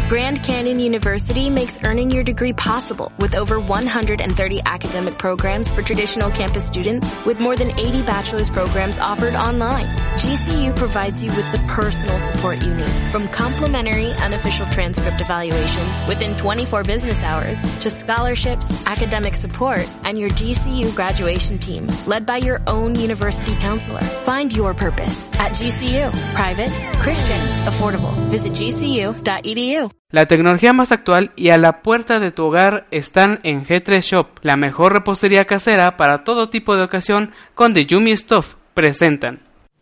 Grand Canyon University makes earning your degree possible with over 130 academic programs for traditional campus students with more than 80 bachelor's programs offered online. GCU provides you with the personal support you need, from complimentary unofficial transcript evaluations within 24 business hours to scholarships, academic support, and your GCU graduation team led by your own university counselor. Find your purpose at GCU. Private, Christian, affordable. Visit gcu.edu. La tecnología más actual y a la puerta de tu hogar están en G3 Shop, la mejor repostería casera para todo tipo de ocasión con The Yummy Stuff. Presentan.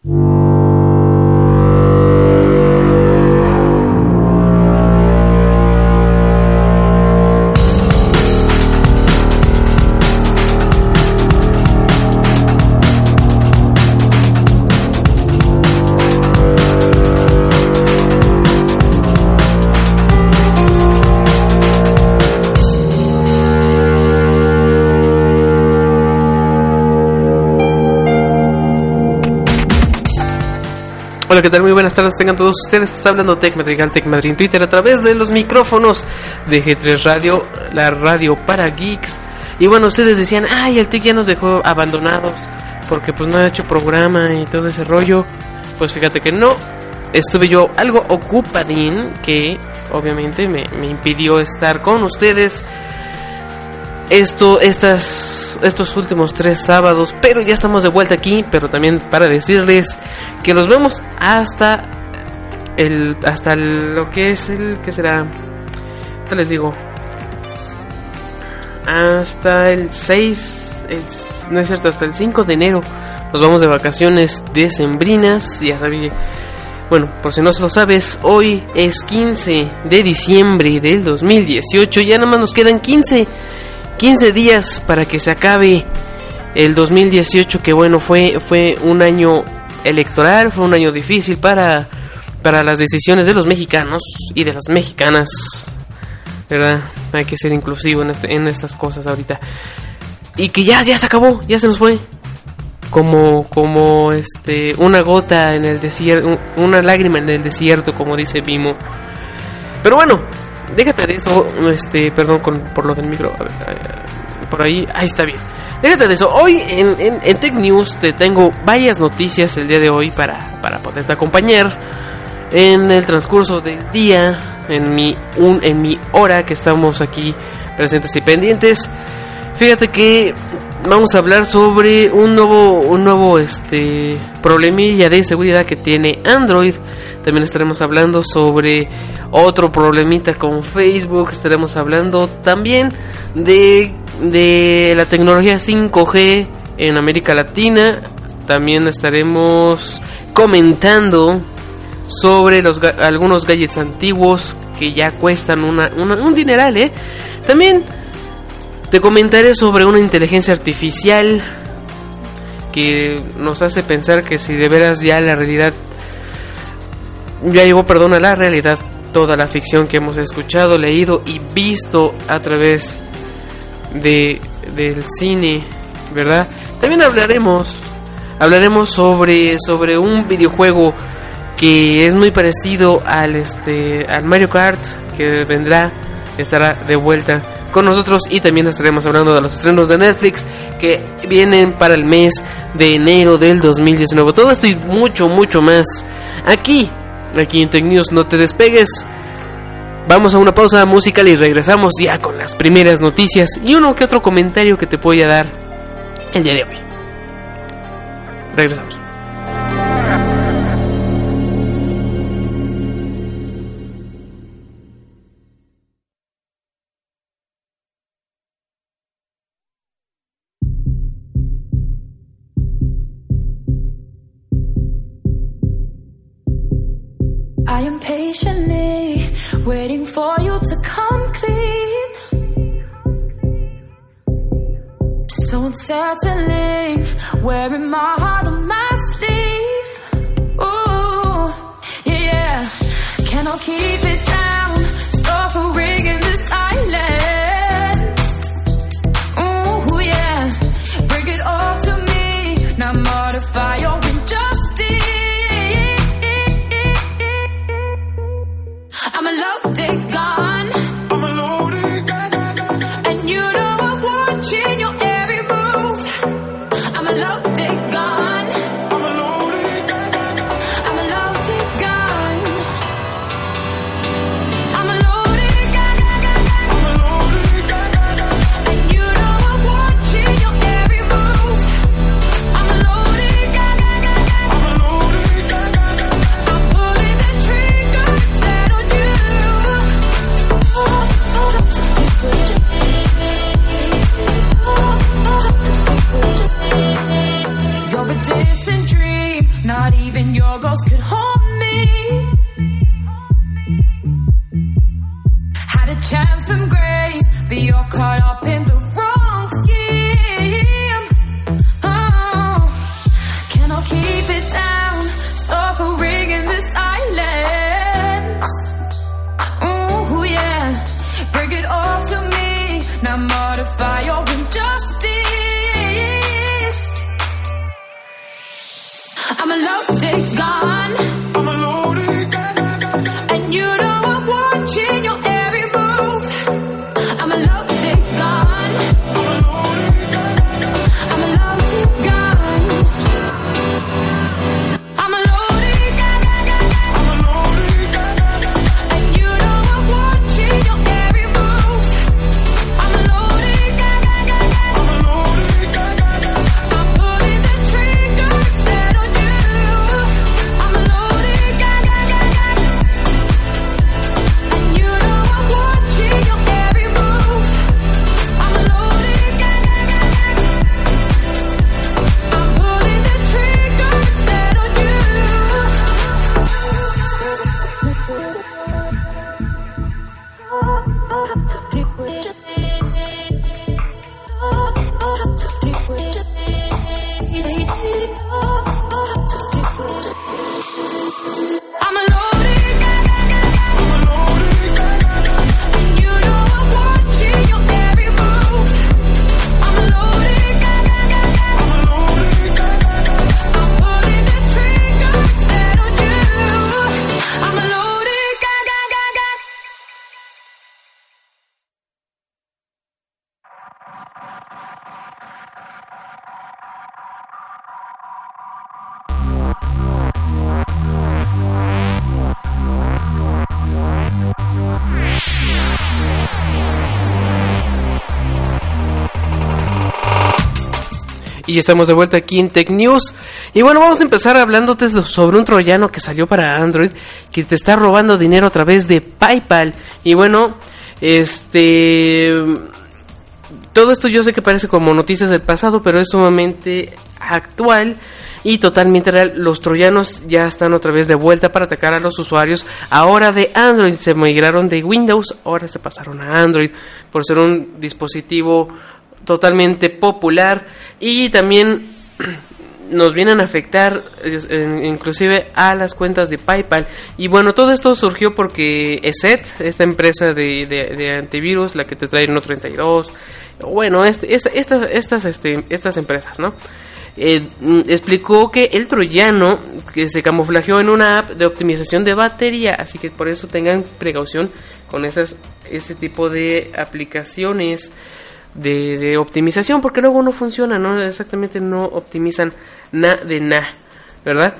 Hola, ¿qué tal? Muy buenas tardes, tengan todos ustedes. Está hablando Tech Madrid en Twitter a través de los micrófonos de G3 Radio, la radio para geeks. Y bueno, ustedes decían, ay, el Tech ya nos dejó abandonados porque pues no ha hecho programa y todo ese rollo. Pues fíjate que no, estuve yo algo ocupadín que obviamente me impidió estar con ustedes estos últimos 3 sábados, pero ya estamos de vuelta aquí. Pero también para decirles que nos vemos hasta lo que es ¿qué será? ¿Qué les digo? Hasta el 6, no es cierto, hasta el 5 de enero nos vamos de vacaciones decembrinas. Ya sabía, bueno, por si no se lo sabes, hoy es 15 de diciembre del 2018, ya nada más nos quedan 15 días para que se acabe el 2018, que bueno, fue un año electoral, fue un año difícil para las decisiones de los mexicanos y de las mexicanas, ¿verdad? Hay que ser inclusivo en estas cosas ahorita. Y que ya se acabó, ya se nos fue. Como una gota en el desierto, una lágrima en el desierto, como dice Vimo. Pero bueno, déjate de eso, perdón por lo del micro, a ver, por ahí está bien. Déjate de eso. Hoy en Tech News te tengo varias noticias el día de hoy para poderte acompañar en el transcurso del día, en mi hora que estamos aquí presentes y pendientes. Fíjate que vamos a hablar sobre un nuevo problemilla de seguridad que tiene Android. También estaremos hablando sobre otro problemita con Facebook. Estaremos hablando también de la tecnología 5G en América Latina. También estaremos comentando sobre algunos gadgets antiguos que ya cuestan un dineral, También te comentaré sobre una inteligencia artificial que nos hace pensar que si de veras ya la realidad a la realidad toda la ficción que hemos escuchado, leído y visto a través del cine, ¿verdad? También hablaremos sobre un videojuego que es muy parecido al Mario Kart, que estará de vuelta con nosotros. Y también estaremos hablando de los estrenos de Netflix que vienen para el mes de enero del 2019. Todo esto y mucho más aquí en Tech News. No te despegues. Vamos a una pausa musical y regresamos ya con las primeras noticias y uno que otro comentario que te voy a dar el día de hoy. Regresamos. I am patiently waiting for you to come clean. So uncertainly wearing my heart on my sleeve. Ooh, yeah. Cannot keep it down, suffering in the silence. Ooh, yeah. Bring it all to me, not mortify your injustice. I'm a low digger. a chance from grace, but you're caught up in the wrong scheme. Oh, cannot keep it down, suffering in the silence. Oh yeah, bring it all to me, now mortify your injustice. I'm a loaded gun. I'm a loaded gun. And you know I'm watching your every move. I'm a loaded gun. I'm a loaded gun. I'm a loaded gun. I'm a loaded gun. I'm a loaded gun. And you know I'm watching your every move. I'm a loaded gun. I'm a loaded gun. I'm pulling the trigger set on you. I'm a loaded gun. And you know I'm watching your every move. I'm a loaded gun. I'm pulling the trigger set on you. I'm a loaded gun. I'm a loaded gun. And you know I'm watching your every move. I'm a loaded gun. I'm a loaded gun. I'm pulling the trigger set on you. I'm a loaded gun. Y estamos de vuelta aquí en Tech News. Y bueno, vamos a empezar hablándote sobre un troyano que salió para Android, que te está robando dinero a través de PayPal. Y bueno, todo esto yo sé que parece como noticias del pasado, pero es sumamente actual y totalmente real. Los troyanos ya están otra vez de vuelta para atacar a los usuarios. Ahora de Android, se migraron de Windows, ahora se pasaron a Android por ser un dispositivo totalmente popular, y también nos vienen a afectar inclusive a las cuentas de PayPal. Y bueno, todo esto surgió porque ESET, esta empresa de antivirus, la que te trae No32, bueno, estas empresas, ¿no? Explicó que el troyano que se camuflajeó en una app de optimización de batería, así que por eso tengan precaución con ese tipo de aplicaciones de optimización, porque luego no funciona, no exactamente, no optimizan nada de nada, ¿verdad?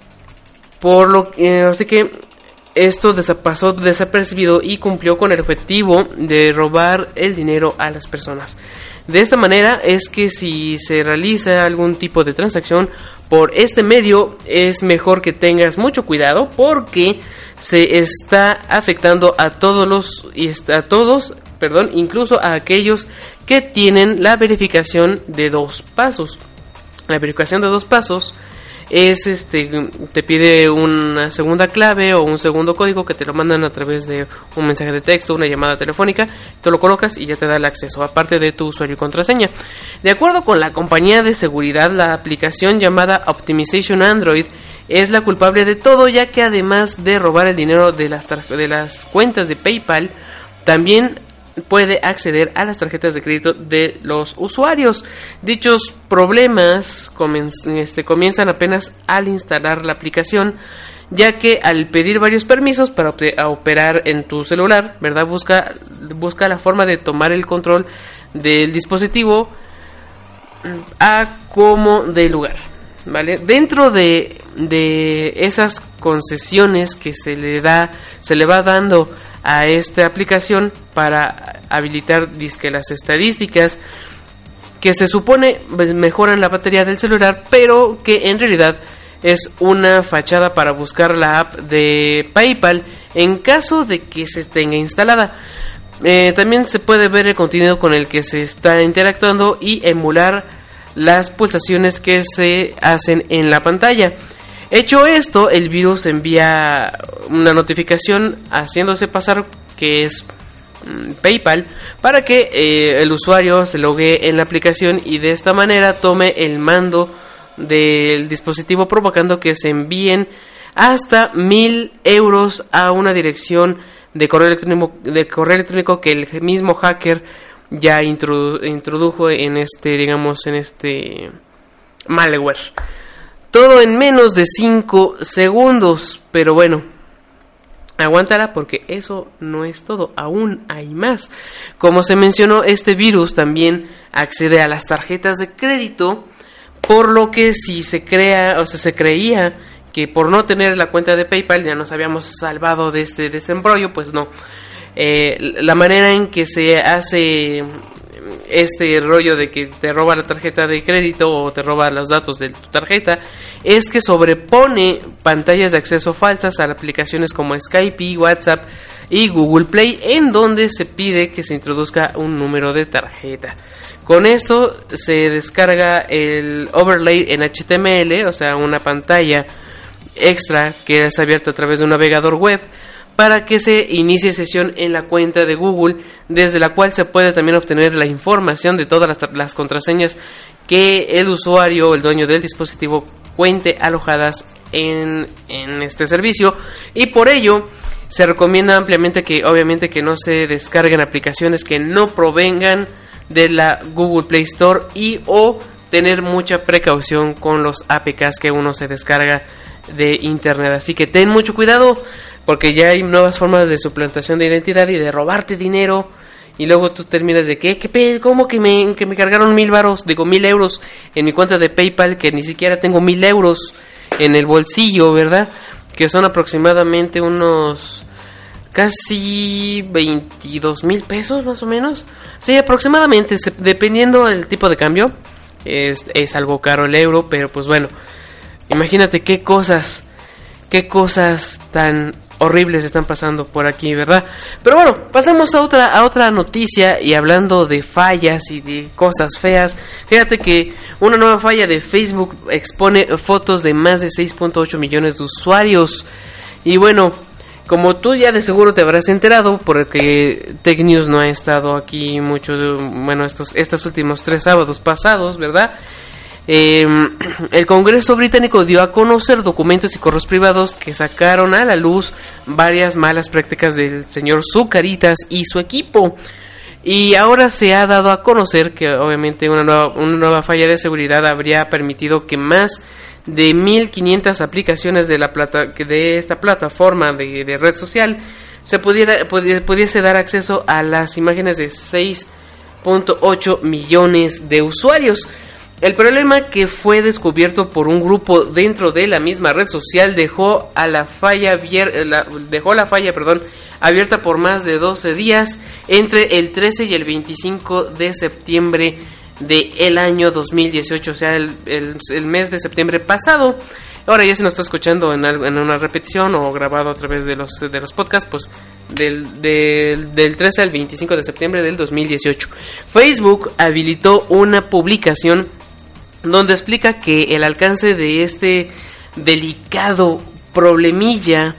Por lo que así que esto pasó desapercibido y cumplió con el objetivo de robar el dinero a las personas. De esta manera es que si se realiza algún tipo de transacción por este medio, es mejor que tengas mucho cuidado, porque se está afectando a todos incluso a aquellos que tienen la verificación de 2 pasos. La verificación de 2 pasos es te pide una segunda clave o un segundo código que te lo mandan a través de un mensaje de texto, una llamada telefónica, tú lo colocas y ya te da el acceso, aparte de tu usuario y contraseña. De acuerdo con la compañía de seguridad, la aplicación llamada Optimization Android es la culpable de todo, ya que además de robar el dinero de las cuentas de PayPal, también puede acceder a las tarjetas de crédito de los usuarios. Dichos problemas comienzan apenas al instalar la aplicación, ya que al pedir varios permisos para operar en tu celular, ¿verdad? Busca la forma de tomar el control del dispositivo a como de lugar, ¿vale? Dentro de esas concesiones que se le va dando a esta aplicación para habilitar las estadísticas que se supone mejoran la batería del celular, pero que en realidad es una fachada para buscar la app de PayPal en caso de que se tenga instalada. También se puede ver el contenido con el que se está interactuando y emular las pulsaciones que se hacen en la pantalla. Hecho esto, el virus envía una notificación haciéndose pasar que es PayPal para que el usuario se logue en la aplicación y de esta manera tome el mando del dispositivo, provocando que se envíen hasta 1,000 euros a una dirección de correo electrónico que el mismo hacker ya introdujo en este malware. Todo en menos de 5 segundos, pero bueno, aguántala porque eso no es todo, aún hay más. Como se mencionó, este virus también accede a las tarjetas de crédito, por lo que si se creía que por no tener la cuenta de PayPal ya nos habíamos salvado de este embrollo, pues no. La manera en que se hace este rollo de que te roba la tarjeta de crédito o te roba los datos de tu tarjeta es que sobrepone pantallas de acceso falsas a aplicaciones como Skype, WhatsApp y Google Play, en donde se pide que se introduzca un número de tarjeta. Con esto se descarga el overlay en HTML, o sea, una pantalla extra que es abierta a través de un navegador web, para que se inicie sesión en la cuenta de Google, desde la cual se puede también obtener la información de todas las contraseñas que el usuario o el dueño del dispositivo cuente alojadas en este servicio. Y por ello se recomienda ampliamente que obviamente que no se descarguen aplicaciones que no provengan de la Google Play Store y o tener mucha precaución con los APKs que uno se descarga de internet. Así que ten mucho cuidado, porque ya hay nuevas formas de suplantación de identidad y de robarte dinero. Y luego tú terminas de ¿cómo que me cargaron 1,000 euros en mi cuenta de PayPal, que ni siquiera tengo 1,000 euros en el bolsillo, ¿verdad? Que son aproximadamente unos casi 22,000 pesos más o menos. Sí, aproximadamente, dependiendo del tipo de cambio. Es algo caro el euro, pero pues bueno, imagínate qué cosas tan horribles están pasando por aquí, ¿verdad? Pero bueno, pasamos a otra noticia, y hablando de fallas y de cosas feas, fíjate que una nueva falla de Facebook expone fotos de más de 6.8 millones de usuarios. Y bueno, como tú ya de seguro te habrás enterado, porque Tech News no ha estado aquí mucho, estos últimos 3 sábados pasados, ¿verdad? El Congreso británico dio a conocer documentos y correos privados que sacaron a la luz varias malas prácticas del señor Zucaritas y su equipo. Y ahora se ha dado a conocer que obviamente una nueva falla de seguridad habría permitido que más de 1,500 aplicaciones de esta plataforma de red social se pudiese dar acceso a las imágenes de 6.8 millones de usuarios. El problema, que fue descubierto por un grupo dentro de la misma red social, dejó la falla abierta por más de 12 días entre el 13 y el 25 de septiembre del año 2018, o sea, el mes de septiembre pasado. Ahora ya se nos está escuchando en una repetición o grabado a través de los podcasts, pues del 13 al 25 de septiembre del 2018. Facebook habilitó una publicación donde explica que el alcance de este delicado problemilla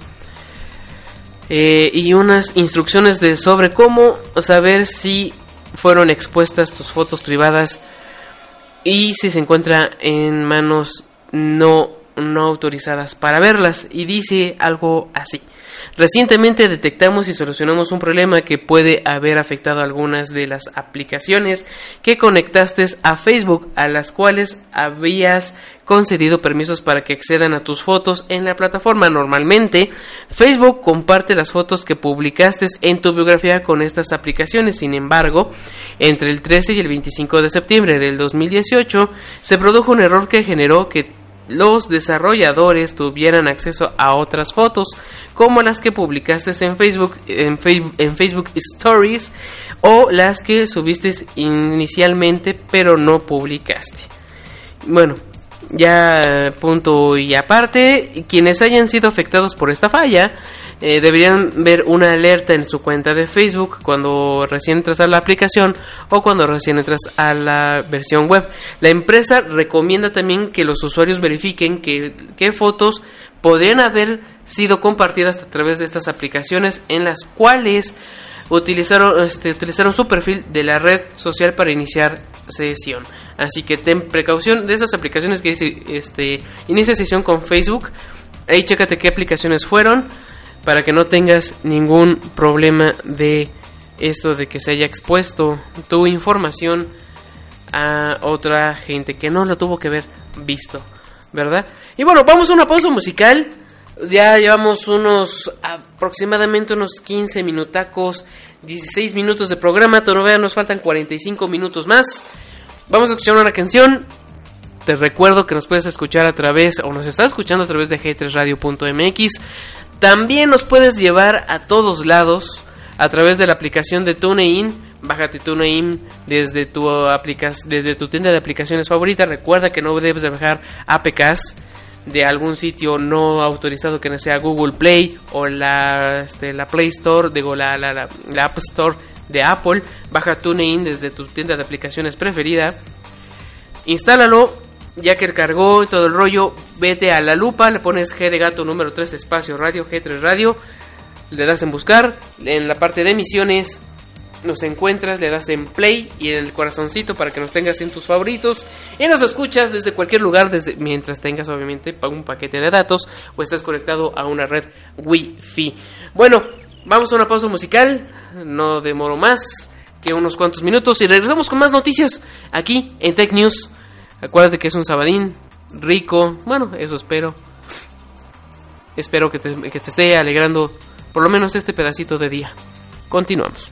y unas instrucciones sobre cómo saber si fueron expuestas tus fotos privadas y si se encuentra en manos no autorizadas para verlas. Y dice algo así: recientemente detectamos y solucionamos un problema que puede haber afectado algunas de las aplicaciones que conectaste a Facebook, a las cuales habías concedido permisos para que accedan a tus fotos en la plataforma. Normalmente, Facebook comparte las fotos que publicaste en tu biografía con estas aplicaciones. Sin embargo, entre el 13 y el 25 de septiembre del 2018, se produjo un error que generó que los desarrolladores tuvieran acceso a otras fotos, como las que publicaste en Facebook Stories, o las que subiste inicialmente pero no publicaste. Bueno, ya punto y aparte, quienes hayan sido afectados por esta falla deberían ver una alerta en su cuenta de Facebook cuando recién entras a la aplicación o cuando recién entras a la versión web. La empresa recomienda también que los usuarios verifiquen qué fotos podrían haber sido compartidas a través de estas aplicaciones, en las cuales utilizaron su perfil de la red social para iniciar sesión. Así que ten precaución de esas aplicaciones que dice inicia sesión con Facebook. Ahí chécate qué aplicaciones fueron para que no tengas ningún problema de esto de que se haya expuesto tu información a otra gente que no lo tuvo que haber visto, ¿verdad? Y bueno, vamos a una pausa musical. Ya llevamos aproximadamente unos 15 minutacos, 16 minutos de programa. Todavía nos faltan 45 minutos más. Vamos a escuchar una canción. Te recuerdo que nos puedes escuchar nos estás escuchando a través de g3radio.mx. También nos puedes llevar a todos lados a través de la aplicación de TuneIn. Bájate TuneIn desde tu tienda de aplicaciones favorita. Recuerda que no debes de bajar APKs de algún sitio no autorizado que no sea Google Play o la Play Store, la App Store de Apple. Baja TuneIn desde tu tienda de aplicaciones preferida. Instálalo, ya que cargó todo el rollo. Vete a la lupa, le pones G de gato número 3 espacio radio, G3 Radio. Le das en buscar, en la parte de emisiones nos encuentras, le das en play y en el corazoncito para que nos tengas en tus favoritos y nos escuchas desde cualquier lugar, mientras tengas obviamente un paquete de datos o estés conectado a una red Wi-Fi. Bueno, vamos a una pausa musical, no demoro más que unos cuantos minutos y regresamos con más noticias aquí en Tech News. Acuérdate que es un sabadín rico, bueno, eso espero que te esté alegrando por lo menos este pedacito de día. Continuamos.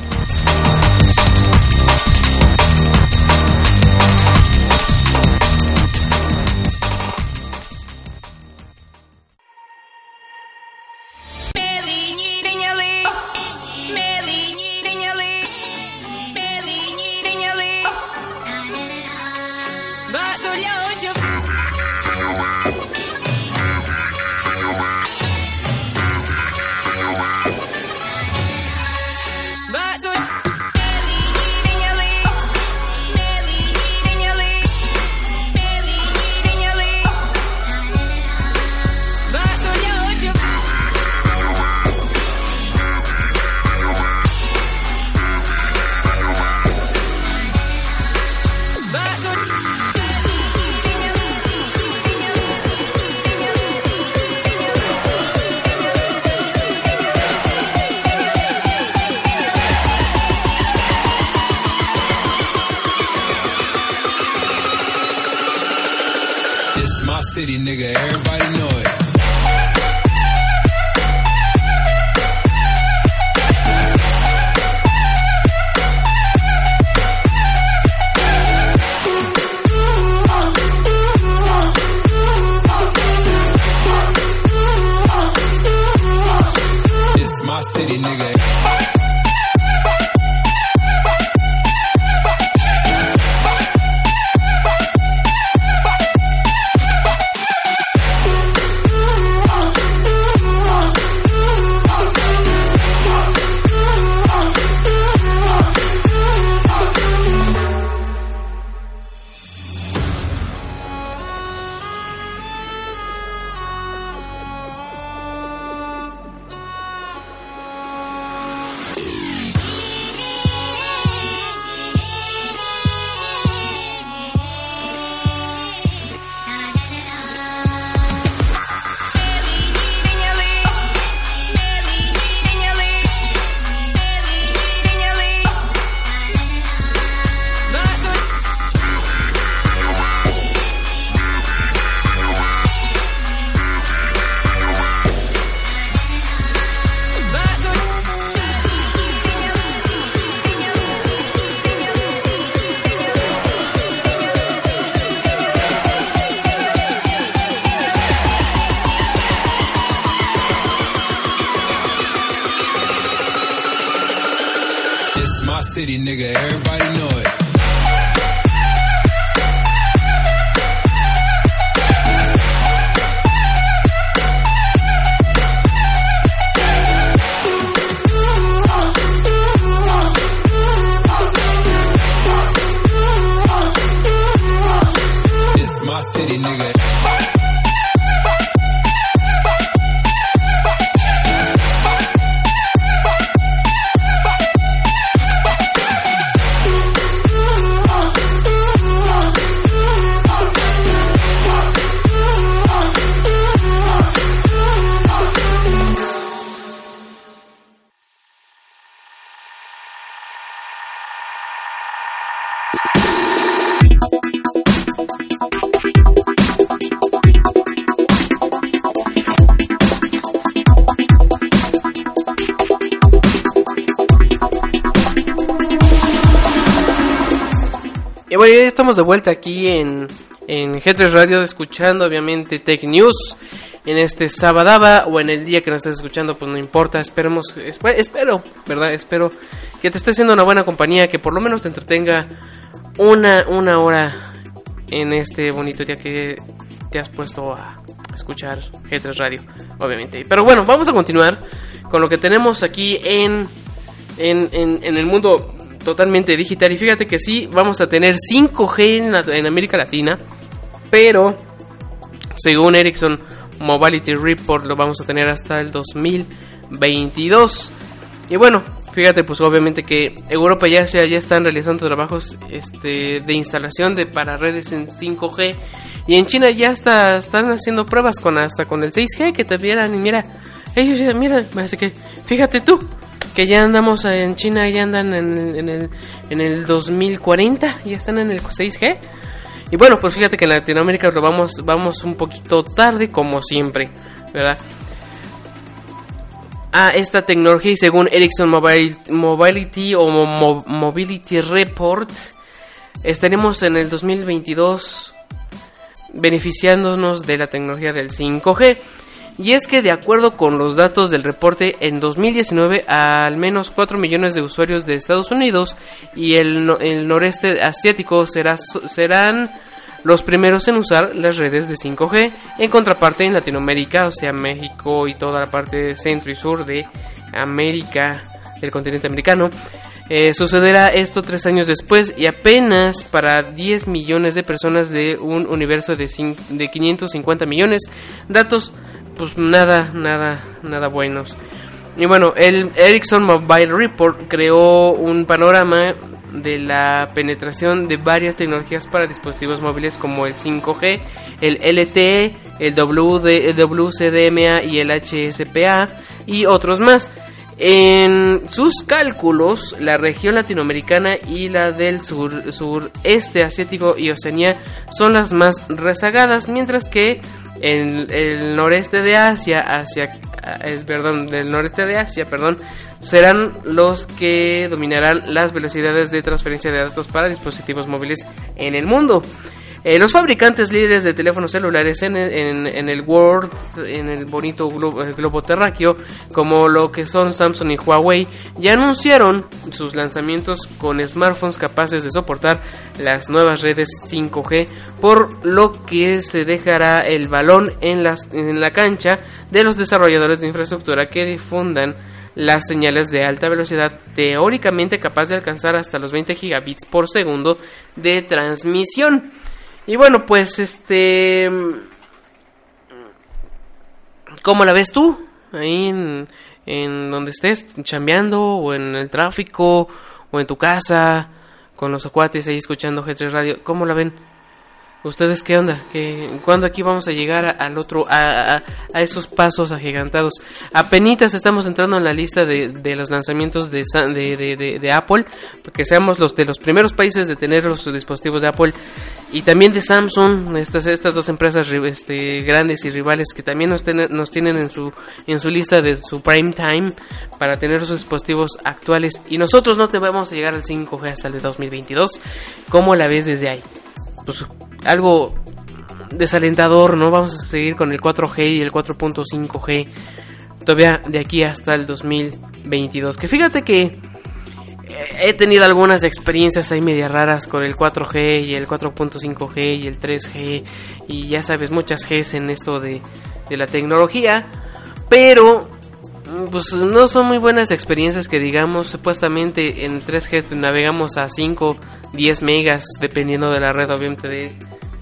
City, nigga, everybody know it. It's my city, nigga. City, nigga, everybody know it. It's my city, nigga. bueno, ya estamos de vuelta aquí en G3 Radio, escuchando obviamente Tech News en este sabadaba o en el día que nos estés escuchando, pues no importa. Espero, ¿verdad? Espero que te esté haciendo una buena compañía, que por lo menos te entretenga una hora en este bonito día que te has puesto a escuchar G3 Radio, obviamente. Pero bueno, vamos a continuar con lo que tenemos aquí en el mundo totalmente digital. Y fíjate que sí, vamos a tener 5G en América Latina, pero según Ericsson Mobility Report lo vamos a tener hasta el 2022. Y bueno, fíjate, pues obviamente que Europa ya están realizando trabajos de instalación para redes en 5G, y en China ya están haciendo pruebas con el 6G, que te vieran. Y mira, ellos ya, mira, así que fíjate tú que ya andamos en China, ya andan en el 2040, ya están en el 6G. Y bueno, pues fíjate que en Latinoamérica lo vamos un poquito tarde, como siempre, ¿verdad? A esta tecnología, y según Ericsson Mobility o Mobility Report, estaremos en el 2022 beneficiándonos de la tecnología del 5G. Y es que, de acuerdo con los datos del reporte, en 2019 al menos 4 millones de usuarios de Estados Unidos y el noreste asiático serán los primeros en usar las redes de 5G. En contraparte, en Latinoamérica, o sea, México y toda la parte centro y sur de América, del continente americano, sucederá esto 3 años después, y apenas para 10 millones de personas de un universo de 550 millones. Datos pues nada buenos. Y bueno, el Ericsson Mobile Report creó un panorama de la penetración de varias tecnologías para dispositivos móviles, como el 5G, el LTE, el WCDMA y el HSPA, y otros más. En sus cálculos, la región latinoamericana y la del sureste asiático y Oceanía son las más rezagadas, mientras que el noreste de Asia, serán los que dominarán las velocidades de transferencia de datos para dispositivos móviles en el mundo. Los fabricantes líderes de teléfonos celulares en el World, en el bonito globo terráqueo, como lo que son Samsung y Huawei, ya anunciaron sus lanzamientos con smartphones capaces de soportar las nuevas redes 5G, por lo que se dejará el balón en la cancha de los desarrolladores de infraestructura que difundan las señales de alta velocidad, teóricamente capaz de alcanzar hasta los 20 gigabits por segundo de transmisión. Y bueno, pues ¿cómo la ves tú? Ahí en donde estés chambeando, o en el tráfico, o en tu casa, con los acuates ahí escuchando G3 Radio. ¿Cómo la ven? ¿Ustedes qué onda? ¿Cuándo aquí vamos a llegar a esos pasos agigantados? Apenitas estamos entrando en la lista de los lanzamientos de Apple, porque seamos los primeros países de tener los dispositivos de Apple, y también de Samsung, estas dos empresas grandes y rivales, que también nos tienen en su lista de su prime time para tener sus dispositivos actuales, y nosotros no te vamos a llegar al 5G hasta el de 2022. ¿Cómo la ves desde ahí? Pues algo desalentador, ¿no? Vamos a seguir con el 4G y el 4.5G todavía de aquí hasta el 2022. Que fíjate que he tenido algunas experiencias ahí media raras con el 4G y el 4.5G y el 3G, y ya sabes, muchas Gs en esto de la tecnología, pero pues no son muy buenas experiencias que digamos. Supuestamente en 3G navegamos a 5, 10 megas, dependiendo de la red, obviamente,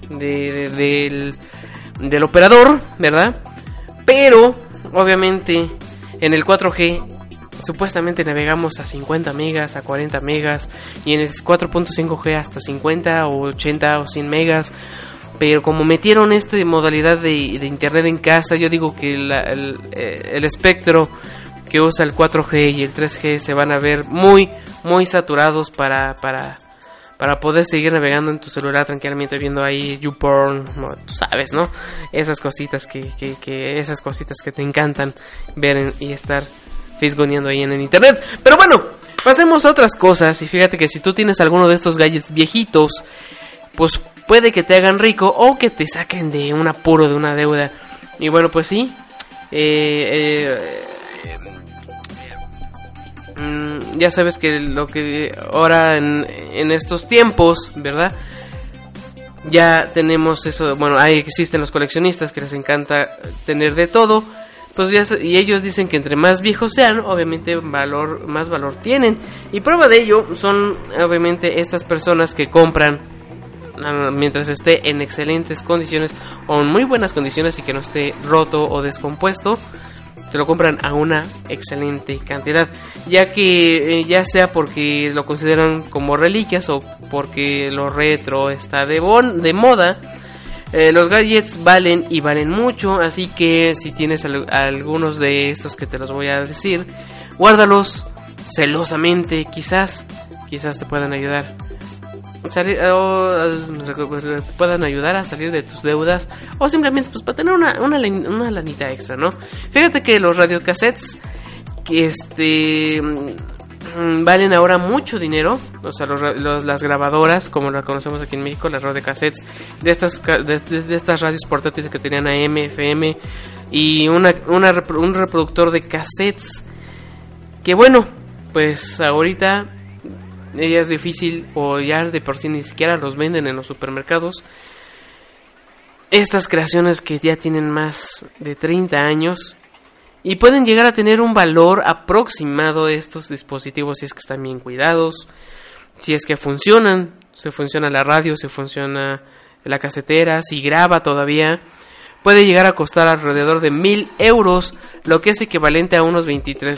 del operador, ¿verdad? Pero obviamente en el 4G supuestamente navegamos a 50 megas, a 40 megas, y en el 4.5G hasta 50 o 80 o 100 megas. Pero como metieron modalidad de internet en casa, yo digo que el espectro que usa el 4G y el 3G se van a ver muy, muy saturados para poder seguir navegando en tu celular tranquilamente, viendo ahí YouPorn, ¿no? Tú sabes, ¿no? Esas cositas que esas cositas que te encantan ver y estar fisgoneando ahí en el internet. Pero bueno, Pasemos a otras cosas. Y fíjate que si tú tienes alguno de estos gadgets viejitos, pues puede que te hagan rico o que te saquen de un apuro, de una deuda. Y bueno, pues sí. Ya sabes que lo que ahora en estos tiempos, ¿verdad? Ya tenemos eso. Bueno, ahí existen los coleccionistas que les encanta tener de todo. Pues ya, y ellos dicen que entre más viejos sean, obviamente más valor tienen. Y prueba de ello son obviamente estas personas que compran mientras esté en excelentes condiciones o en muy buenas condiciones y que no esté roto o descompuesto. Te lo compran a una excelente cantidad, ya que ya sea porque lo consideran como reliquias o porque lo retro está de moda. Los gadgets valen y valen mucho, así que si tienes algunos de estos que te los voy a decir, guárdalos celosamente, quizás te puedan ayudar puedan ayudar a salir de tus deudas o simplemente pues para tener una lanita extra, ¿no? Fíjate que los radiocassettes que valen ahora mucho dinero, o sea, las grabadoras, como las conocemos aquí en México, las radiocassettes de estas radios portátiles que tenían AM, FM y un reproductor de cassettes, que bueno, pues ahorita ya es difícil, o ya de por sí ni siquiera los venden en los supermercados. Estas creaciones que ya tienen más de 30 años y pueden llegar a tener un valor aproximado de estos dispositivos si es que están bien cuidados, si es que funcionan, si funciona la radio, si funciona la casetera, si graba todavía. Puede llegar a costar alrededor de 1,000 euros, lo que es equivalente a unos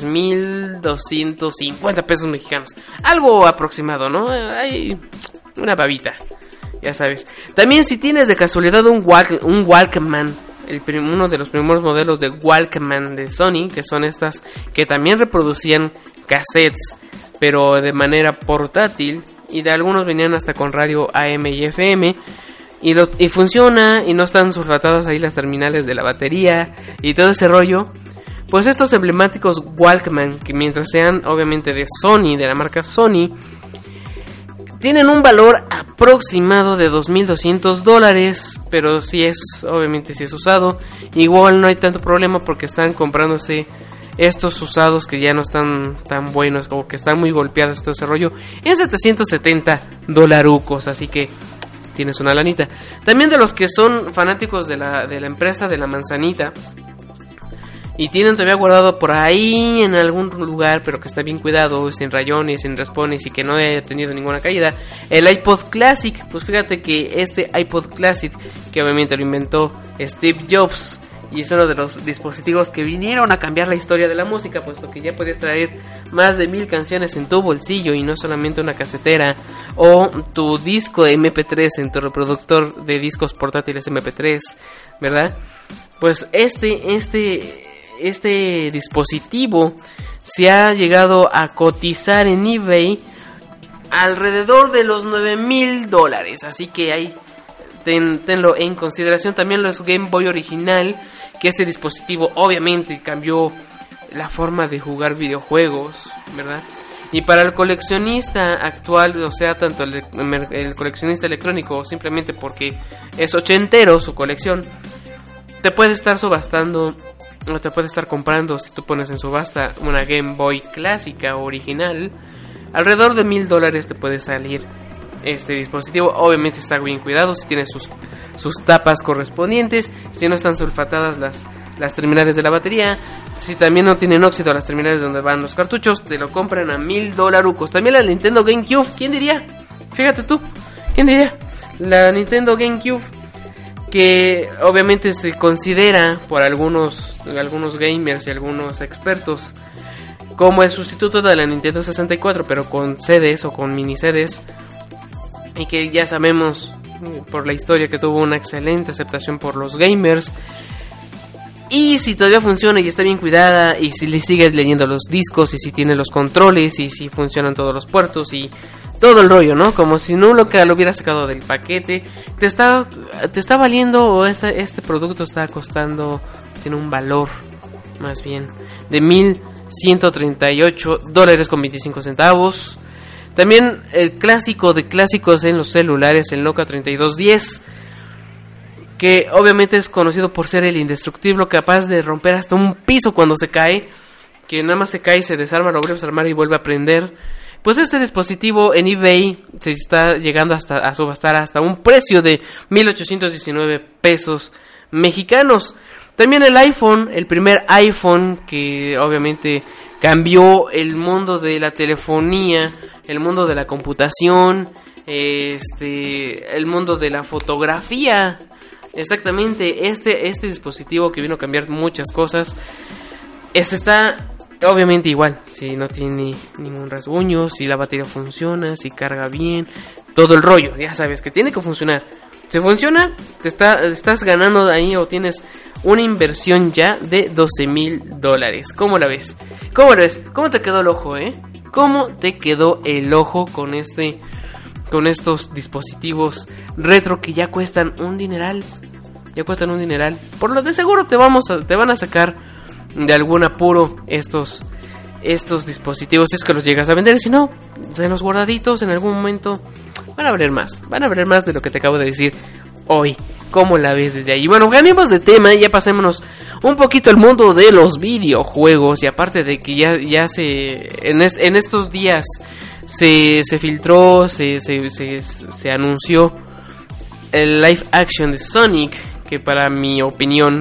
23,250 pesos mexicanos. Algo aproximado, ¿no? Hay una babita, ya sabes. También si tienes de casualidad un Walkman, uno de los primeros modelos de Walkman de Sony, que son estas que también reproducían cassettes, pero de manera portátil, y de algunos venían hasta con radio AM y FM. Y funciona y no están sulfatadas ahí las terminales de la batería y todo ese rollo. Pues estos emblemáticos Walkman, que mientras sean obviamente de Sony, de la marca Sony, tienen un valor aproximado de $2,200, pero si es usado, igual no hay tanto problema porque están comprándose estos usados que ya no están tan buenos, como que están muy golpeados todo ese rollo, en $770, así que tienes una lanita. También de los que son fanáticos de la empresa de la manzanita y tienen todavía guardado por ahí en algún lugar, pero que está bien cuidado, sin rayones, sin raspones y que no haya tenido ninguna caída, el iPod Classic. Pues fíjate que este iPod Classic, que obviamente lo inventó Steve Jobs, y es uno de los dispositivos que vinieron a cambiar la historia de la música, puesto que ya podías traer más de 1,000 canciones en tu bolsillo y no solamente una casetera o tu disco de MP3 en tu reproductor de discos portátiles MP3, ¿verdad? Pues este dispositivo se ha llegado a cotizar en eBay alrededor de los $9,000, así que ahí tenlo en consideración. También los Game Boy original, que este dispositivo obviamente cambió la forma de jugar videojuegos, ¿verdad? Y para el coleccionista actual, o sea, tanto el coleccionista electrónico, o simplemente porque es ochentero su colección, te puede estar subastando, o te puede estar comprando, si tú pones en subasta una Game Boy clásica original, alrededor de $1,000 te puede salir este dispositivo. Obviamente está bien cuidado, si tiene sus tapas correspondientes, si no están sulfatadas las terminales de la batería, si también no tienen óxido las terminales donde van los cartuchos, te lo compran a $1,000. También la Nintendo GameCube, ¿quién diría? Fíjate tú, ¿quién diría? La Nintendo GameCube, que obviamente se considera por algunos gamers y algunos expertos como el sustituto de la Nintendo 64, pero con CDs o con mini CDs, y que ya sabemos por la historia que tuvo una excelente aceptación por los gamers. Y si todavía funciona y está bien cuidada, y si le sigues leyendo los discos, y si tiene los controles, y si funcionan todos los puertos y todo el rollo, ¿no? Como si no lo hubiera sacado del paquete, te está valiendo, o este producto está costando, tiene un valor más bien de $138.25. También el clásico de clásicos en los celulares, el Nokia 3210, que obviamente es conocido por ser el indestructible, capaz de romper hasta un piso cuando se cae, que nada más se cae, se desarma, lo vuelve a desarmar y vuelve a prender. Pues este dispositivo en eBay se está llegando a subastar hasta un precio de 1,819 pesos mexicanos. También el iPhone, el primer iPhone, que obviamente cambió el mundo de la telefonía, el mundo de la computación, el mundo de la fotografía. Exactamente, este dispositivo que vino a cambiar muchas cosas. Está obviamente igual, si no tiene ningún rasguño, si la batería funciona, si carga bien, todo el rollo, ya sabes que tiene que funcionar. Si funciona, estás ganando ahí o tienes una inversión ya de $12,000. ¿Cómo la ves? ¿Cómo la ves? ¿Cómo te quedó el ojo, ¿Cómo te quedó el ojo con estos dispositivos retro que ya cuestan un dineral? Ya cuestan un dineral. Por lo de seguro te van a sacar de algún apuro estos dispositivos, si es que los llegas a vender. Si no, de los guardaditos en algún momento van a valer más de lo que te acabo de decir hoy. ¿Cómo la ves desde ahí? Bueno, cambiemos de tema y ya pasémonos un poquito al mundo de los videojuegos. Y aparte de que ya en estos días se filtró, se anunció el live action de Sonic, que para mi opinión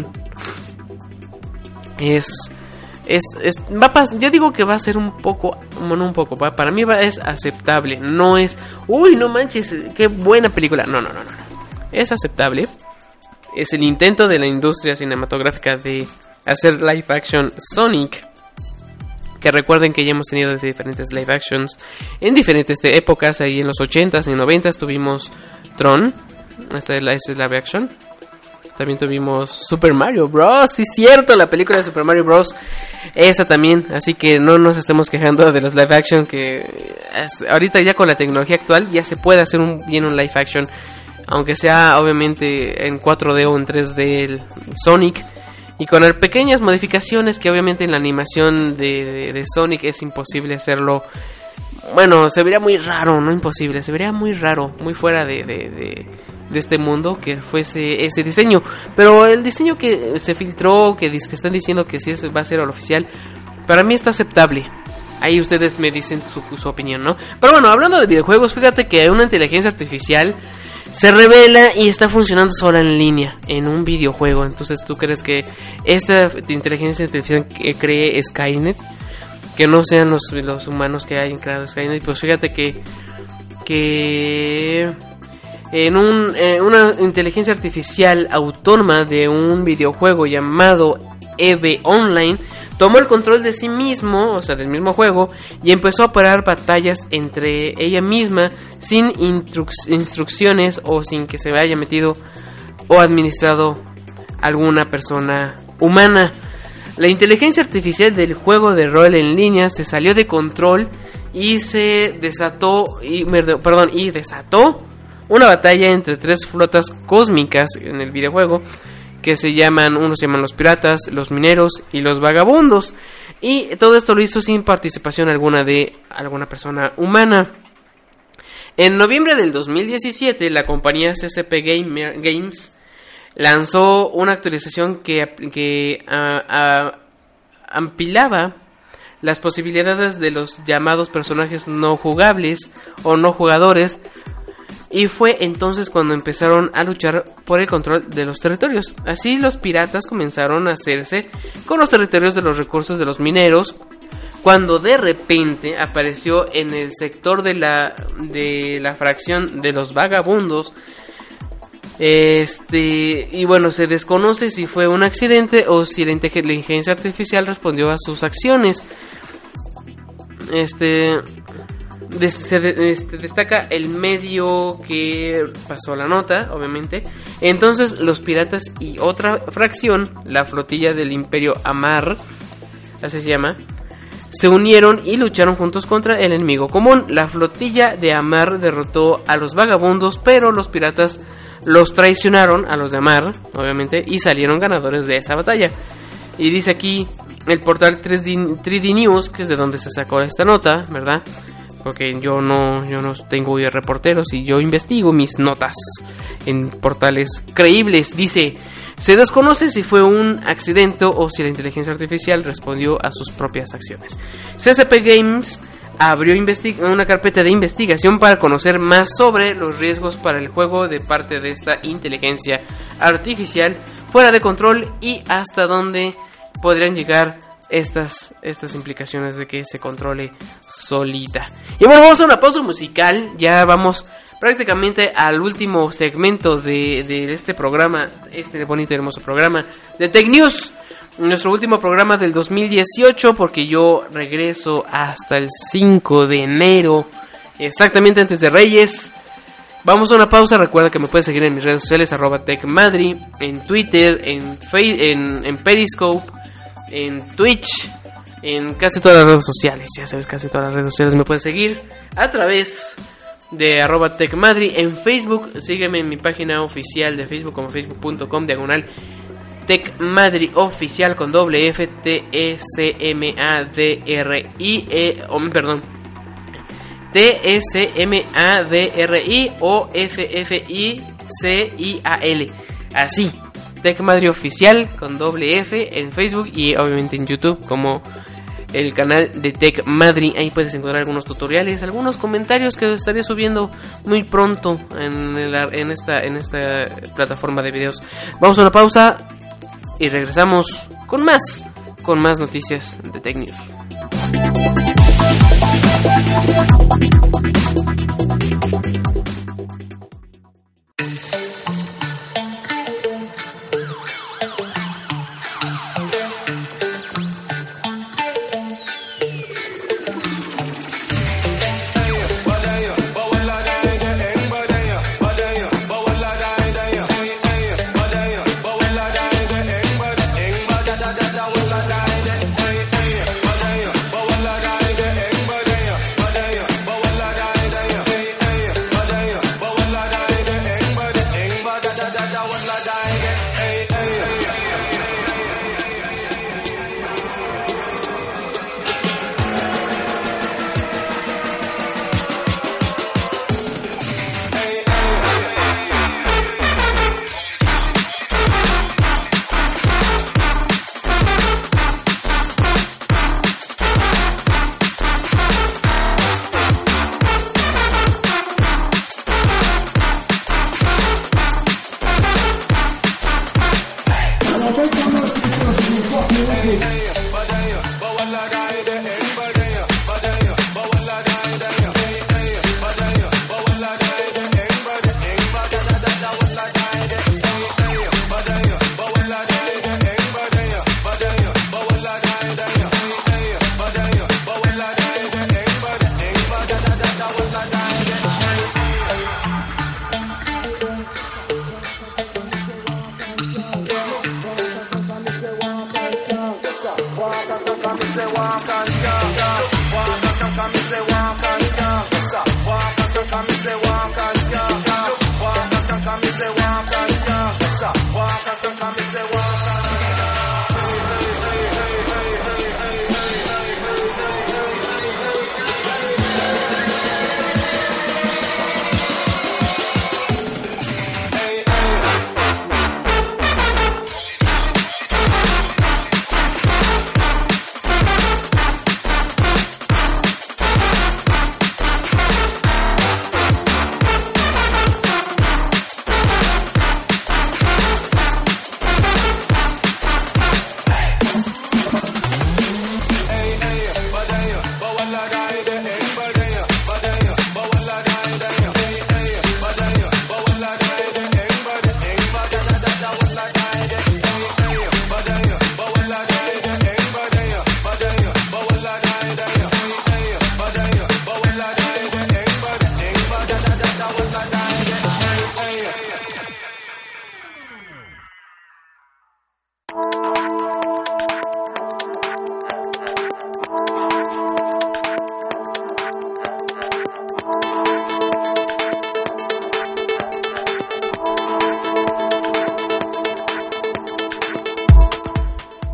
yo digo que va a ser para mí es aceptable, no es, uy, no manches, qué buena película, no, es aceptable. Es el intento de la industria cinematográfica de hacer live action Sonic, que recuerden que ya hemos tenido diferentes live actions en diferentes épocas. Ahí en los 80s y 90s tuvimos Tron, esta es live action. También tuvimos Super Mario Bros. Sí, cierto, la película de Super Mario Bros. Esa también. Así que no nos estemos quejando de los live action, que ahorita ya con la tecnología actual ya se puede hacer un live action, aunque sea obviamente en 4D o en 3D el Sonic, y con pequeñas modificaciones que obviamente en la animación de Sonic es imposible hacerlo. Bueno, se vería muy raro, no imposible, se vería muy raro, muy fuera de este mundo que fuese ese diseño. Pero el diseño que se filtró, que están diciendo que sí va a ser el oficial, para mí está aceptable. Ahí ustedes me dicen su opinión, ¿no? Pero bueno, hablando de videojuegos, fíjate que una inteligencia artificial se revela y está funcionando sola en línea en un videojuego. Entonces, ¿tú crees que esta inteligencia artificial que cree Skynet, que no sean los humanos que hayan creado Skynet? Pues fíjate que en una inteligencia artificial autónoma de un videojuego llamado EVE Online tomó el control de sí mismo, o sea, del mismo juego, y empezó a parar batallas entre ella misma sin instrucciones o sin que se haya metido o administrado alguna persona humana. La inteligencia artificial del juego de rol en línea se salió de control y desató una batalla entre 3 flotas cósmicas en el videojuego, que unos se llaman los piratas, los mineros y los vagabundos. Y todo esto lo hizo sin participación alguna de alguna persona humana. En noviembre del 2017, la compañía CCP Games lanzó una actualización que ampliaba las posibilidades de los llamados personajes no jugables o no jugadores. Y fue entonces cuando empezaron a luchar por el control de los territorios. Así los piratas comenzaron a hacerse con los territorios de los recursos de los mineros, cuando de repente apareció en el sector de la fracción de los vagabundos. Y bueno, se desconoce si fue un accidente o si la inteligencia artificial respondió a sus acciones. Destaca el medio que pasó la nota, obviamente. Entonces los piratas y otra fracción, la flotilla del Imperio Amar, así se llama, se unieron y lucharon juntos contra el enemigo común. La flotilla de Amar derrotó a los vagabundos, pero los piratas los traicionaron a los de Amar, obviamente, y salieron ganadores de esa batalla. Y dice aquí el portal 3D News, que es de donde se sacó esta nota, ¿verdad? Porque yo no tengo reporteros y yo investigo mis notas en portales creíbles. Dice: se desconoce si fue un accidente o si la inteligencia artificial respondió a sus propias acciones. CCP Games abrió una carpeta de investigación para conocer más sobre los riesgos para el juego de parte de esta inteligencia artificial fuera de control y hasta dónde podrían llegar estas implicaciones de que se controle solita. Y bueno, vamos a una pausa musical. Ya vamos prácticamente al último segmento de este programa, este bonito y hermoso programa de Tech News, nuestro último programa del 2018, porque yo regreso hasta el 5 de enero, exactamente antes de Reyes. Vamos a una pausa. Recuerda que me puedes seguir en mis redes sociales, @TechMadri, en Twitter, en Periscope, en Twitch, en casi todas las redes sociales. Ya sabes, casi todas las redes sociales me puedes seguir a través de @TechMadri. En Facebook, sígueme en mi página oficial de Facebook como facebook.com/TechMadri oficial con doble F, TSMADRI o FFICIAL. Así, TechMadri oficial con doble F en Facebook y obviamente en YouTube como el canal de TechMadri. Ahí puedes encontrar algunos tutoriales, algunos comentarios que estaré subiendo muy pronto en esta plataforma de videos. Vamos a una pausa y regresamos con más noticias de Tech News.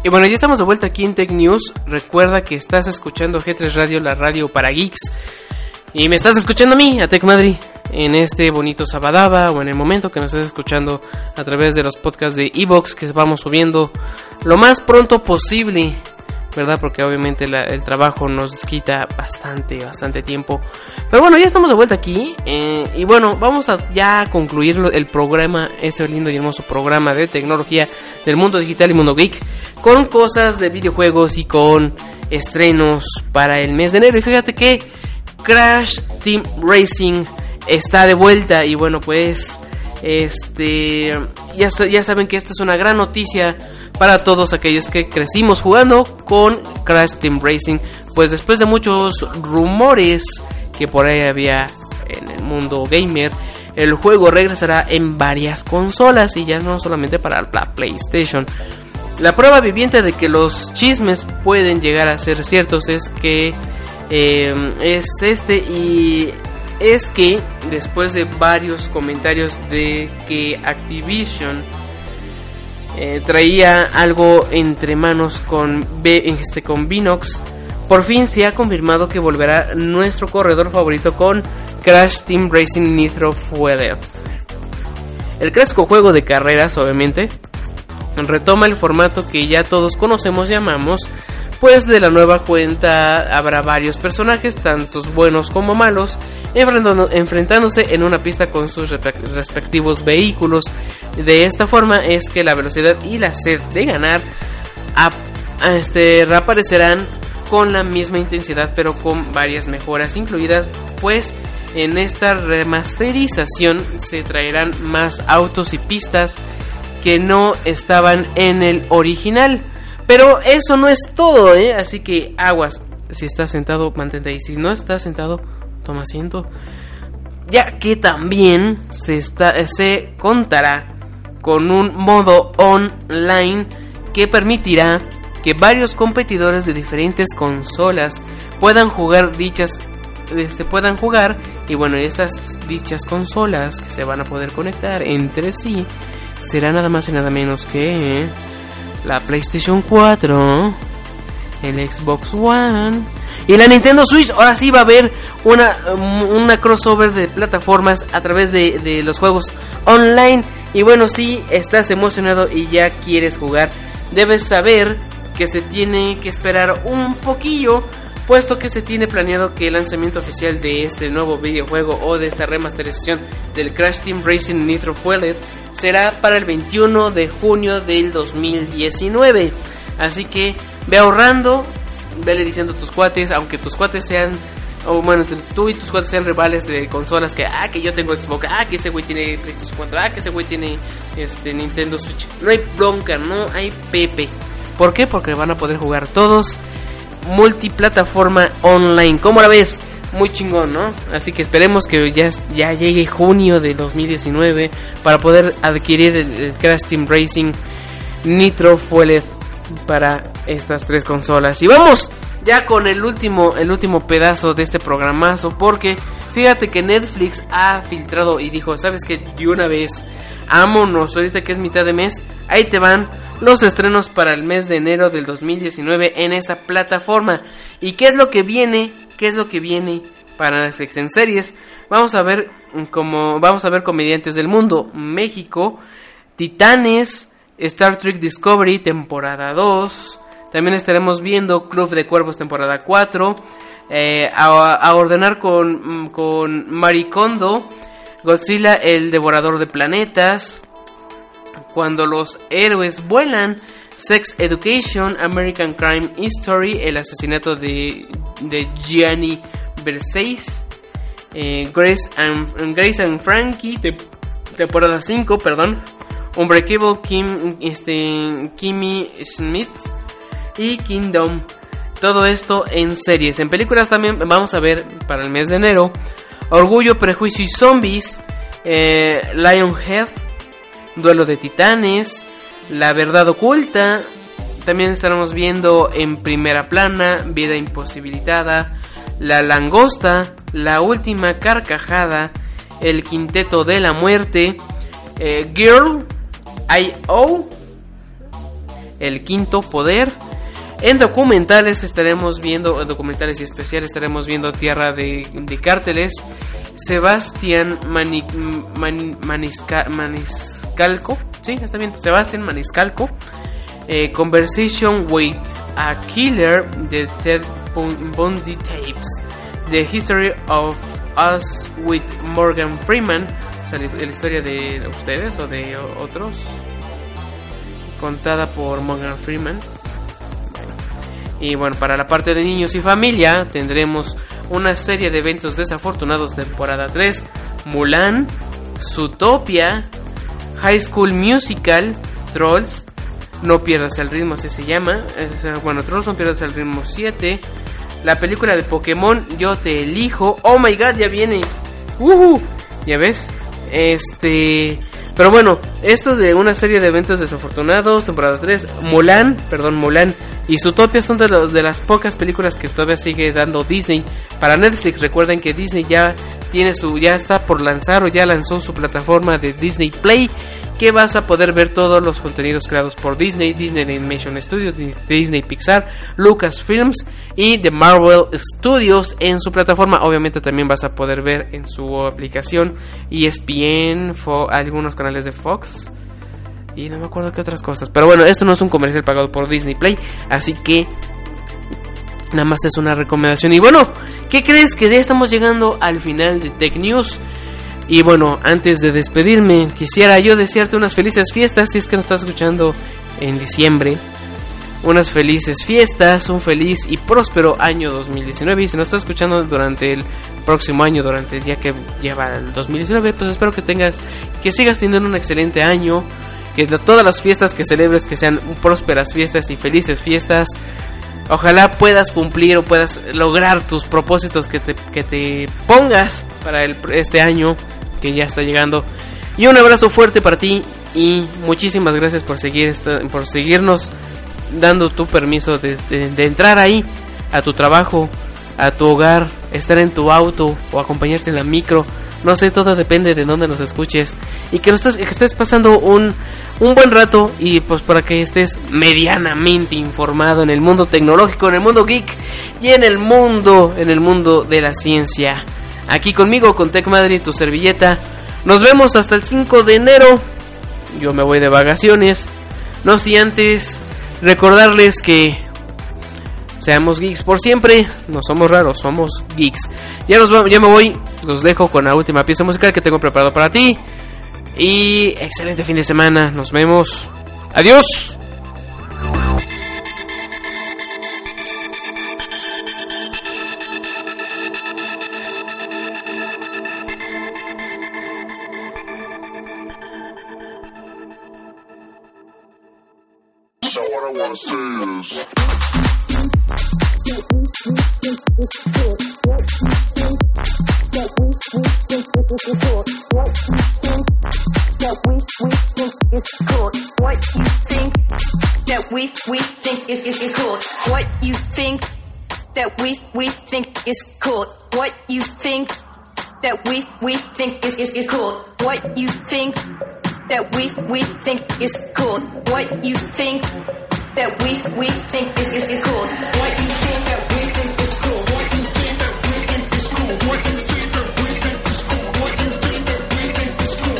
Y bueno, ya estamos de vuelta aquí en Tech News. Recuerda que estás escuchando G3 Radio, la radio para geeks. Y me estás escuchando a mí, a Tech Madrid, en este bonito sabadaba, o en el momento que nos estés escuchando a través de los podcasts de Evox, que vamos subiendo lo más pronto posible, ¿verdad? Porque obviamente el trabajo nos quita bastante tiempo. Pero bueno, ya estamos de vuelta aquí. Y bueno, vamos a ya concluir el programa, este lindo y hermoso programa de tecnología del mundo digital y mundo geek, con cosas de videojuegos y con estrenos para el mes de enero. Y fíjate que Crash Team Racing está de vuelta. Y bueno, pues ya saben que esta es una gran noticia para todos aquellos que crecimos jugando con Crash Team Racing. Pues después de muchos rumores que por ahí había en el mundo gamer, el juego regresará en varias consolas y ya no solamente para la PlayStation. La prueba viviente de que los chismes pueden llegar a ser ciertos es que es que después de varios comentarios de que Activision traía algo entre manos con Vinox, por fin se ha confirmado que volverá nuestro corredor favorito con Crash Team Racing Nitro Fueled. El clásico juego de carreras, obviamente, retoma el formato que ya todos conocemos y amamos, pues de la nueva cuenta habrá varios personajes, tantos buenos como malos, enfrentándose en una pista con sus respectivos vehículos. De esta forma es que la velocidad y la sed de ganar reaparecerán con la misma intensidad, pero con varias mejoras incluidas, pues en esta remasterización se traerán más autos y pistas que no estaban en el original. Pero eso no es todo, así que aguas. Si estás sentado, mantente ahí. Si no estás sentado, toma asiento, ya que también se contará con un modo online que permitirá que varios competidores de diferentes consolas puedan jugar y bueno, dichas consolas que se van a poder conectar entre sí será nada más y nada menos que la PlayStation 4, el Xbox One y la Nintendo Switch. Ahora sí va a haber una crossover de plataformas a través de los juegos online. Y bueno, si estás emocionado y ya quieres jugar, debes saber que se tiene que esperar un poquillo, puesto que se tiene planeado que el lanzamiento oficial de este nuevo videojuego o de esta remasterización del Crash Team Racing Nitro Fueled será para el 21 de junio del 2019. Así que ve ahorrando, vele diciendo a tus cuates, aunque tus cuates sean, o bueno, tú y tus cuates sean rivales de consolas, que yo tengo Xbox, que ese güey tiene PlayStation 4, que ese güey tiene Nintendo Switch. No hay bronca, no hay pepe. ¿Por qué? Porque van a poder jugar todos multiplataforma online. ¿Cómo la ves? Muy chingón, ¿no? Así que esperemos que ya llegue junio de 2019 para poder adquirir el Crash Team Racing Nitro Fueled para estas tres consolas. Y vamos ya con el último pedazo de este programazo, porque fíjate que Netflix ha filtrado y dijo, ¿sabes qué? De una vez, vámonos, ahorita que es mitad de mes, ahí te van los estrenos para el mes de enero del 2019 en esta plataforma. ¿Y qué es lo que viene? ¿Qué es lo que viene para Netflix en series? Vamos a ver Comediantes del Mundo México, Titanes, Star Trek Discovery temporada 2. También estaremos viendo Club de Cuervos temporada 4, a ordenar con Marie Kondo, Godzilla el Devorador de Planetas, Cuando los Héroes Vuelan, Sex Education, American Crime History, El Asesinato de Gianni Versace, Grace and Frankie temporada 5, Unbreakable Kimmy Schmidt y Kingdom. Todo esto en series. En películas también vamos a ver para el mes de enero Orgullo, Prejuicio y Zombies, Lionhead, Duelo de Titanes, La Verdad Oculta. También estaremos viendo En Primera Plana, Vida Imposibilitada, La Langosta, La Última Carcajada, El Quinteto de la Muerte, Girl, I.O., El Quinto Poder. En documentales estaremos viendo, en documentales y especiales estaremos viendo Tierra de Cárteles, Sebastián Maniscalco, sí, está bien, Sebastián Maniscalco, Conversation with a Killer, de Ted Bundy Tapes, The History of Us with Morgan Freeman, o sea, la historia de ustedes o de otros, contada por Morgan Freeman. Y bueno, para la parte de niños y familia tendremos una serie de eventos desafortunados, temporada 3, Mulan, Zootopia, High School Musical, Trolls, No Pierdas el Ritmo, así se llama, bueno, Trolls No Pierdas el Ritmo 7, la película de Pokémon, Yo Te Elijo, oh my god, ya viene, ya ves, pero bueno, esto de una serie de eventos desafortunados, temporada 3, Mulan y Zootopia son de las pocas películas que todavía sigue dando Disney para Netflix. Recuerden que Disney ya está por lanzar o ya lanzó su plataforma de Disney Play, que vas a poder ver todos los contenidos creados por Disney Animation Studios, Disney Pixar, Lucasfilms y The Marvel Studios en su plataforma. Obviamente también vas a poder ver en su aplicación ESPN, algunos canales de Fox y no me acuerdo qué otras cosas. Pero bueno, esto no es un comercial pagado por Disney Play, así que nada más es una recomendación. Y bueno, ¿qué crees? Que ya estamos llegando al final de Tech News. Y bueno, antes de despedirme, quisiera yo desearte unas felices fiestas, si es que nos estás escuchando en diciembre. Unas felices fiestas, un feliz y próspero año 2019. Y si nos estás escuchando durante el próximo año, durante el día que lleva el 2019, pues espero que sigas teniendo un excelente año. Que todas las fiestas que celebres que sean prósperas fiestas y felices fiestas. Ojalá puedas cumplir o puedas lograr tus propósitos que te pongas para este año que ya está llegando. Y un abrazo fuerte para ti y muchísimas gracias por seguirnos dando tu permiso de entrar ahí a tu trabajo, a tu hogar, estar en tu auto o acompañarte en la micro. No sé, todo depende de dónde nos escuches y que estés pasando un buen rato y pues para que estés medianamente informado en el mundo tecnológico, en el mundo geek y en el mundo de la ciencia. Aquí conmigo, con Tech Madrid, tu servilleta. Nos vemos hasta el 5 de enero. Yo me voy de vacaciones. No sin antes recordarles que seamos geeks por siempre. No somos raros, somos geeks. Ya me voy. Los dejo con la última pieza musical que tengo preparado para ti. Y excelente fin de semana. Nos vemos. Adiós. So what I wanna say is we think is cool. What you think that we think is cool. What you think that we think is cool. What you think that we think is cool. What you think that we think is cool. What you think that we think is cool. What you think that we think is cool. What you think that we think is cool. What you think that we think is cool.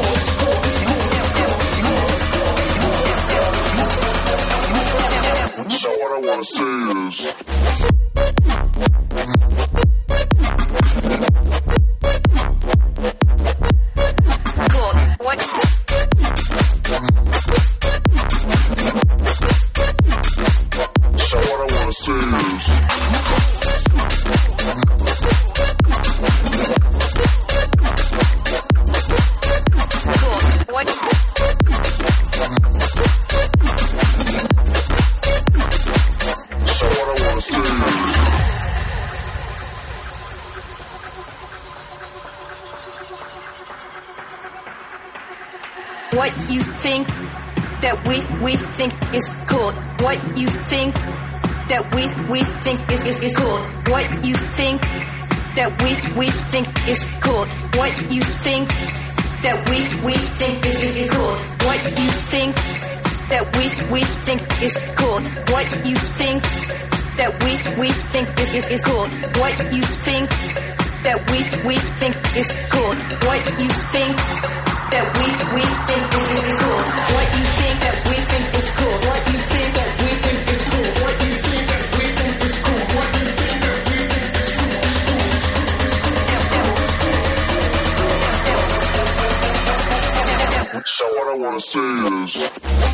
so what I wanna say is what you think that we think is cool. What you think that we think is cool. What you think that we think is cool. What you think that we think is cool. What you think that we think is cool? What you think that we think is cool? What you think that we think is cool? What you think that we think is cool? What you think that we think is cool? What you think that we think is cool? What you think that we think is cool? What you think that we think is cool? So what I wanna say is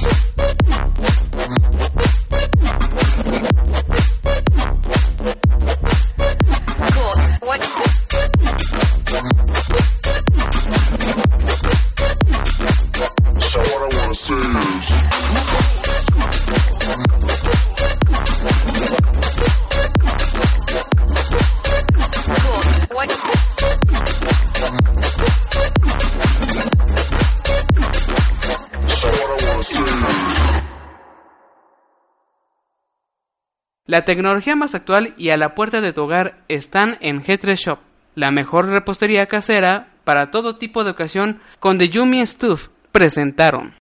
La tecnología más actual y a la puerta de tu hogar están en G3 Shop, la mejor repostería casera para todo tipo de ocasión con The Yummy Stuff. Presentaron.